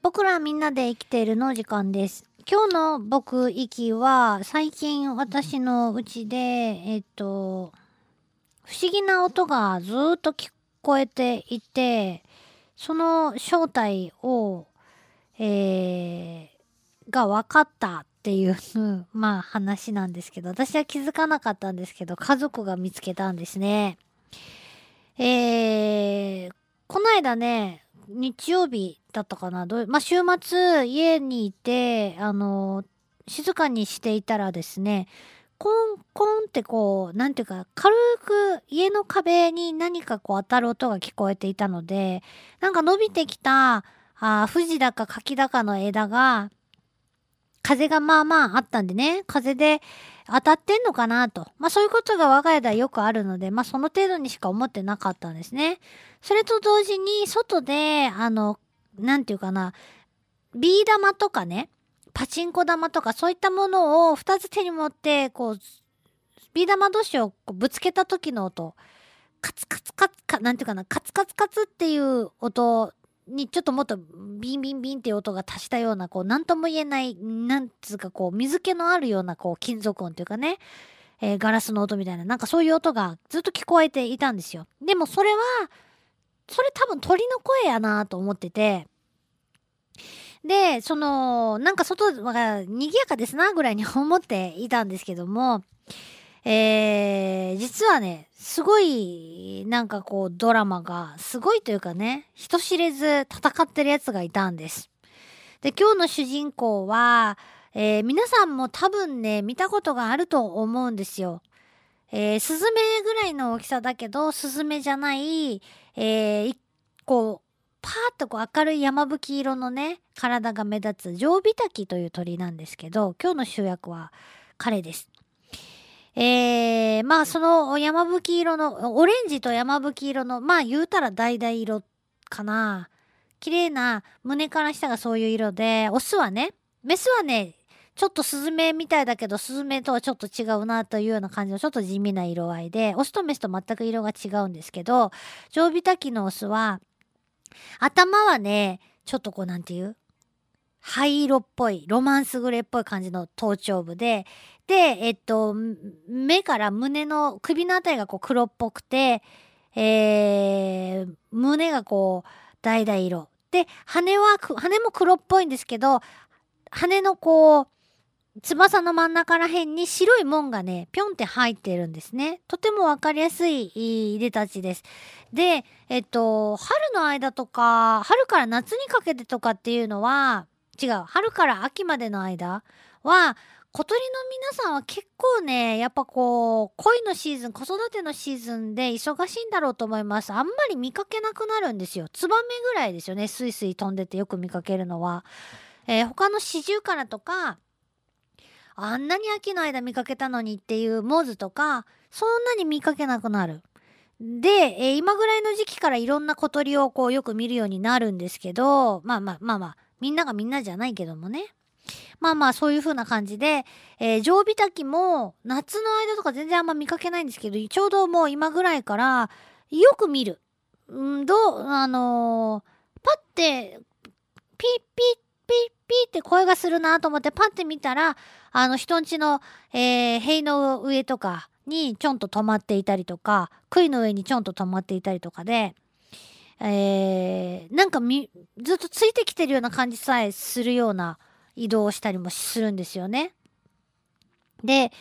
僕らみんなで生きているの時間です。今日の僕息は最近私のうちで、不思議な音がずーっと聞こえていて、その正体を、が分かったっていうまあ話なんですけど、私は気づかなかったんですけど、家族が見つけたんですね。えー、この間ね、日曜日だったかな、まあ、週末家にいて、静かにしていたらですね、コンコンってこう、なんていうか、軽く家の壁に何かこう当たる音が聞こえていたので、なんか伸びてきた、藤だか柿だかの枝が、風がまあまああったんでね、風で当たってんのかなと。まあそういうことが我が家ではよくあるので、まあその程度にしか思ってなかったんですね。それと同時に外で、なんていうかな、ビー玉とかね、パチンコ玉とかそういったものを二つ手に持って、こう、ビー玉同士をこうぶつけた時の音、カツカツカツカ、なんていうかな、カツカツカツっていう音にちょっともっとビンビンビンっていう音が足したような、こう、なんとも言えない、なんつうかこう、水気のあるような、こう、金属音というかね、ガラスの音みたいな、なんかそういう音がずっと聞こえていたんですよ。でもそれは、それ多分鳥の声やなと思ってて、で、なんか外が賑やかですな、ぐらいに思っていたんですけども、実はね、すごい、なんかこう、ドラマが、すごいというかね、人知れず戦ってるやつがいたんです。で、今日の主人公は、皆さんも多分ね、見たことがあると思うんですよ。スズメぐらいの大きさだけど、スズメじゃない、こう、パーッとこう明るい山吹色のね、体が目立つ、ジョウビタキという鳥なんですけど、今日の主役は彼です。まあその山吹色の、オレンジと山吹色の、まあ言うたら橙色かな。綺麗な胸から下がそういう色で、オスはね、メスはね、ちょっとスズメみたいだけど、スズメとはちょっと違うなというような感じのちょっと地味な色合いで、オスとメスと全く色が違うんですけど、ジョウビタキのオスは、頭はね、ちょっとこうなんていう灰色っぽい、ロマンスグレーっぽい感じの頭頂部で、で、目から胸の首のあたりがこう黒っぽくて、胸がこう、橙色。で、羽も黒っぽいんですけど、羽のこう、翼の真ん中ら辺に白い門がね、ぴょんって入ってるんですね。とてもわかりやすいいでたちです。で、春の間とか、春から夏にかけてとかっていうのは、違う、春から秋までの間は、小鳥の皆さんは結構ね、やっぱこう、恋のシーズン、子育てのシーズンで忙しいんだろうと思います。あんまり見かけなくなるんですよ。ツバメぐらいですよね。スイスイ飛んでてよく見かけるのは。他のシジュウカラとか、あんなに秋の間見かけたのにっていうモズとか、そんなに見かけなくなる。で、今ぐらいの時期からいろんな小鳥をこうよく見るようになるんですけど、まあまあまあまあ、みんながみんなじゃないけどもね。まあまあそういう風な感じで、ジョウビタキも夏の間とか全然あんま見かけないんですけど、ちょうどもう今ぐらいからよく見る。うん、パッてピッピッピッピッって声がするなと思ってパッて見たら、人んちの、塀の上とかにちょんと止まっていたりとか、杭の上にちょんと止まっていたりとかで、なんかずっとついてきてるような感じさえするような移動をしたりもするんですよね。で、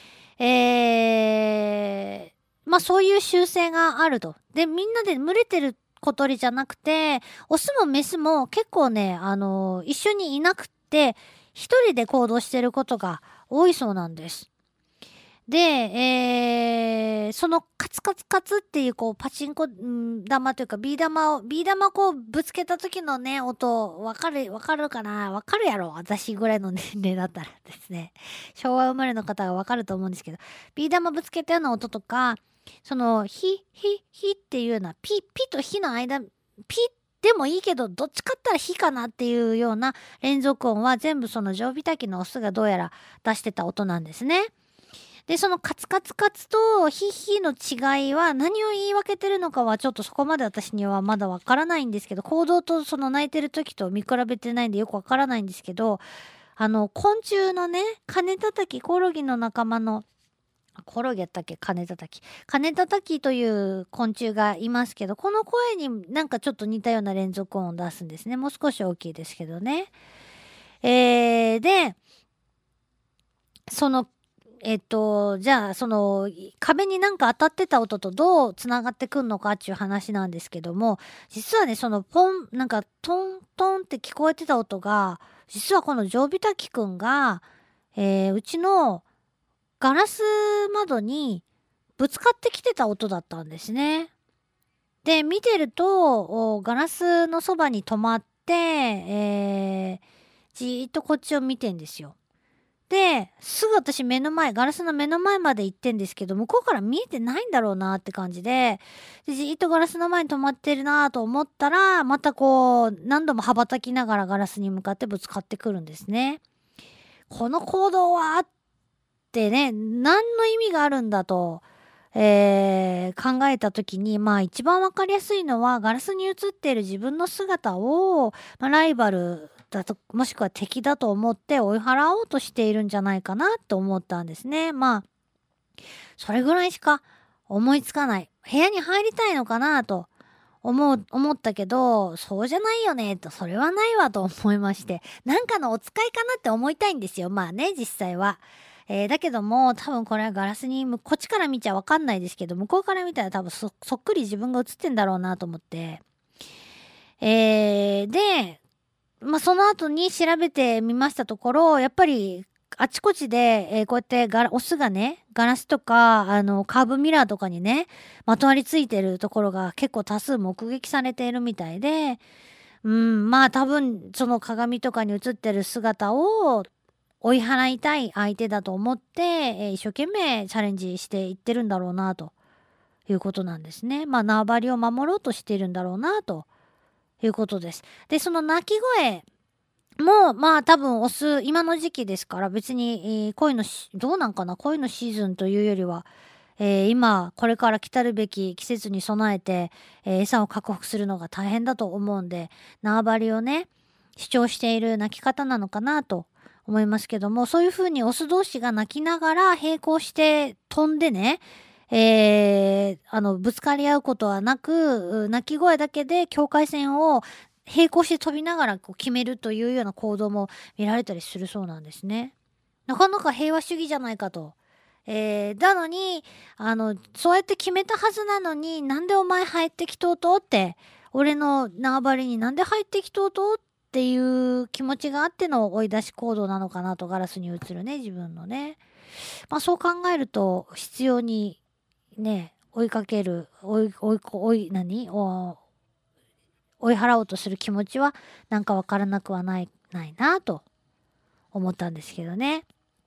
まあそういう習性があると。で、みんなで群れてる小鳥じゃなくて、オスもメスも結構ね、一緒にいなくって、一人で行動してることが多いそうなんです。で、そのカツカツカツっていうこうパチンコ、玉というかビー玉をこうぶつけた時のね、音、わかるかなわかるやろ私ぐらいの年齢だったらですね。昭和生まれの方がわかると思うんですけど、ビー玉ぶつけたような音とか、ヒっていうような、ピとヒの間、ピでもいいけど、どっちかったらヒかなっていうような連続音は全部そのジョウビタキのオスがどうやら出してた音なんですね。 で、そのカツカツカツとヒッヒーの違いは何を言い分けてるのかはちょっとそこまで私にはまだわからないんですけど、行動とその泣いてる時と見比べてないんでよくわからないんですけど、昆虫のね、カネタタキ、コオロギの仲間の、コオロギやったっけ、カネタタキ。カネタタキという昆虫がいますけど、この声になんかちょっと似たような連続音を出すんですね。もう少し大きいですけどね。で、その、じゃあ、その、壁になんか当たってた音とどう繋がってくんのかっていう話なんですけども、実はね、そのポン、なんかトントンって聞こえてた音が、実はこのジョウビタキくんが、うちのガラス窓にぶつかってきてた音だったんですね。で、見てると、ガラスのそばに止まって、じーっとこっちを見てんですよ。で、すぐ私ガラスの目の前まで行ってんですけど、向こうから見えてないんだろうなって感じで、じーっとガラスの前に止まってるなと思ったら、またこう、何度も羽ばたきながらガラスに向かってぶつかってくるんですね。この行動はってね、何の意味があるんだと、考えた時に、まあ一番わかりやすいのは、ガラスに映っている自分の姿を、ライバルだと、もしくは敵だと思って追い払おうとしているんじゃないかなと思ったんですね。まあ、それぐらいしか思いつかない。部屋に入りたいのかなと思ったけど、そうじゃないよね、と、それはないわと思いまして、なんかのお使いかなって思いたいんですよ。まあね、実際は。だけども、多分これはガラスに、こっちから見ちゃわかんないですけど、向こうから見たら多分そっくり自分が映ってんだろうなと思って。で、まあ、その後に調べてみましたところ、やっぱり、あちこちで、こうやってオスがね、ガラスとか、カーブミラーとかにね、まとわりついてるところが結構多数目撃されているみたいで、まあ多分、その鏡とかに映ってる姿を追い払いたい相手だと思って、一生懸命チャレンジしていってるんだろうな、ということなんですね。まあ縄張りを守ろうとしているんだろうな、ということです。で、その鳴き声も、まあ多分オス、今の時期ですから別に、どうなんかな、恋のシーズンというよりは、今、これから来たるべき季節に備えて、餌を確保するのが大変だと思うんで、縄張りをね、主張している鳴き方なのかなと思いますけども、そういうふうにオス同士が鳴きながら並行して飛んでね、ぶつかり合うことはなく、鳴き声だけで境界線を並行して飛びながらこう決めるというような行動も見られたりするそうなんですね。なかなか平和主義じゃないかと。なのに、そうやって決めたはずなのに、なんでお前入ってきとうとって、俺の縄張りになんで入ってきとうとっていう気持ちがあっての追い出し行動なのかなと、ガラスに映るね、自分のね。まあそう考えると、必要にね、追いかける、追い払おうとする気持ちはなんかわからなくはないなと思ったんですけどね。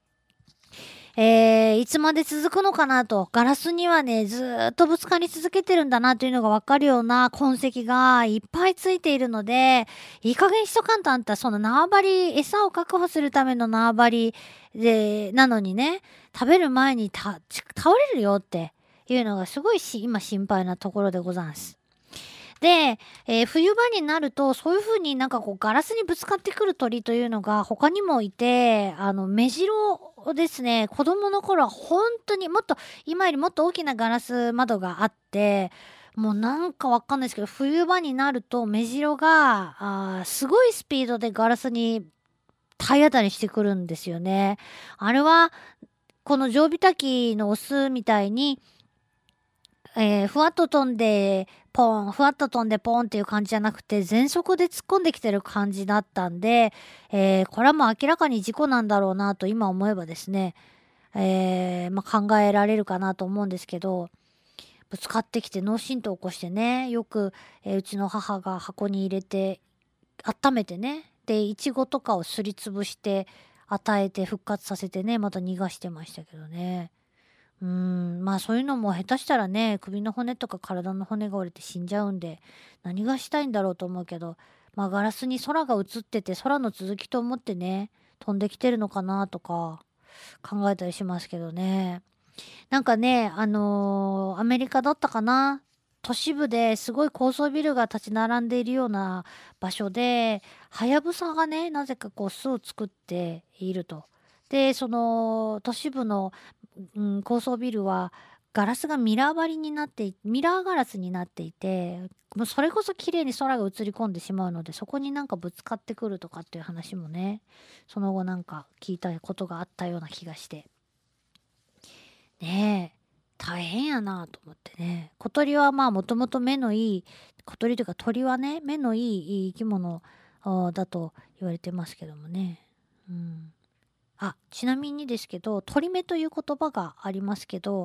いつまで続くのかなと。ガラスにはね、ずーっとぶつかり続けてるんだなというのがわかるような痕跡がいっぱいついているので、いい加減しとかんとあんた、その縄張り、餌を確保するための縄張りなのにね、食べる前に倒れるよっていうのがすごい今心配なところでございます。で、冬場になると、そういう風になんかこうガラスにぶつかってくる鳥というのが他にもいて、目白をですね、子供の頃は本当に今よりもっと大きなガラス窓があって、もうなんかわかんないですけど、冬場になると目白が、すごいスピードでガラスに体当たりしてくるんですよね。あれは、このジョウビタキのオスみたいに、ふわっと飛んで、ポン、ふわっと飛んでポンっていう感じじゃなくて、全速で突っ込んできてる感じだったんで、これはもう明らかに事故なんだろうなと今思えばですね、考えられるかなと思うんですけど、ぶつかってきて脳震盪を起こしてね、よく、うちの母が箱に入れて、温めてね、で、いちごとかをすりつぶして与えて復活させてね、また逃がしてましたけどね。まあそういうのも下手したらね、首の骨とか体の骨が折れて死んじゃうんで、何がしたいんだろうと思うけど、まあガラスに空が映ってて、空の続きと思ってね、飛んできてるのかなとか考えたりしますけどね。 なんかね、アメリカだったかな、都市部ですごい高層ビルが立ち並んでいるような場所で、ハヤブサがね、なぜかこう巣を作っていると。で、その都市部の、高層ビルはガラスがミラー張りになってい、ミラーガラスになっていて、もうそれこそ綺麗に空が映り込んでしまうので、そこになんかぶつかってくるとかっていう話もね、その後なんか聞いたことがあったような気がして。ねえ、大変やなと思ってね。小鳥はまあもともと目のいい、小鳥というか鳥はね、目のいい生き物だと言われてますけどもね。うん。あ、ちなみにですけど、鳥目という言葉がありますけど、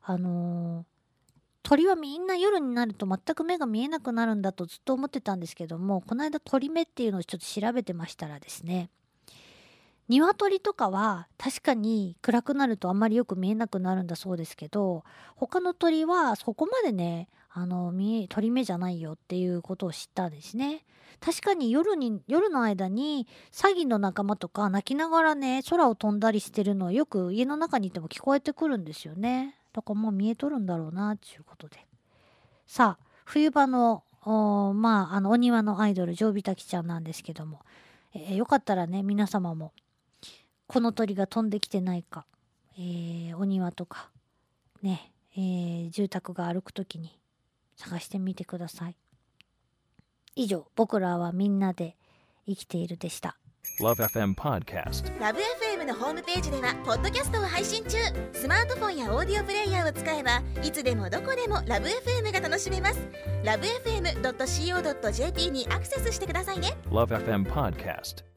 鳥はみんな夜になると全く目が見えなくなるんだとずっと思ってたんですけども、この間鳥目っていうのをちょっと調べてましたらですね、鶏とかは確かに暗くなるとあんまりよく見えなくなるんだそうですけど、他の鳥はそこまでね、鳥目じゃないよっていうことを知ったんですね。確かに夜の間にサギの仲間とか鳴きながらね、空を飛んだりしてるのをよく家の中にいても聞こえてくるんですよね。だからもう見えとるんだろうなっていうことで。さあ、冬場の、お庭のアイドル、ジョウビタキちゃんなんですけども、よかったらね、皆様もこの鳥が飛んできてないか、お庭とかね、住宅が歩くときに探してみてください。以上、僕らはみんなで生きているでした。 LoveFM Podcast。 LoveFM のホームページではポッドキャストを配信中。スマートフォンやオーディオプレイヤーを使えばいつでもどこでも LoveFM が楽しめます。 LoveFM.co.jp にアクセスしてくださいね。 LoveFM Podcast。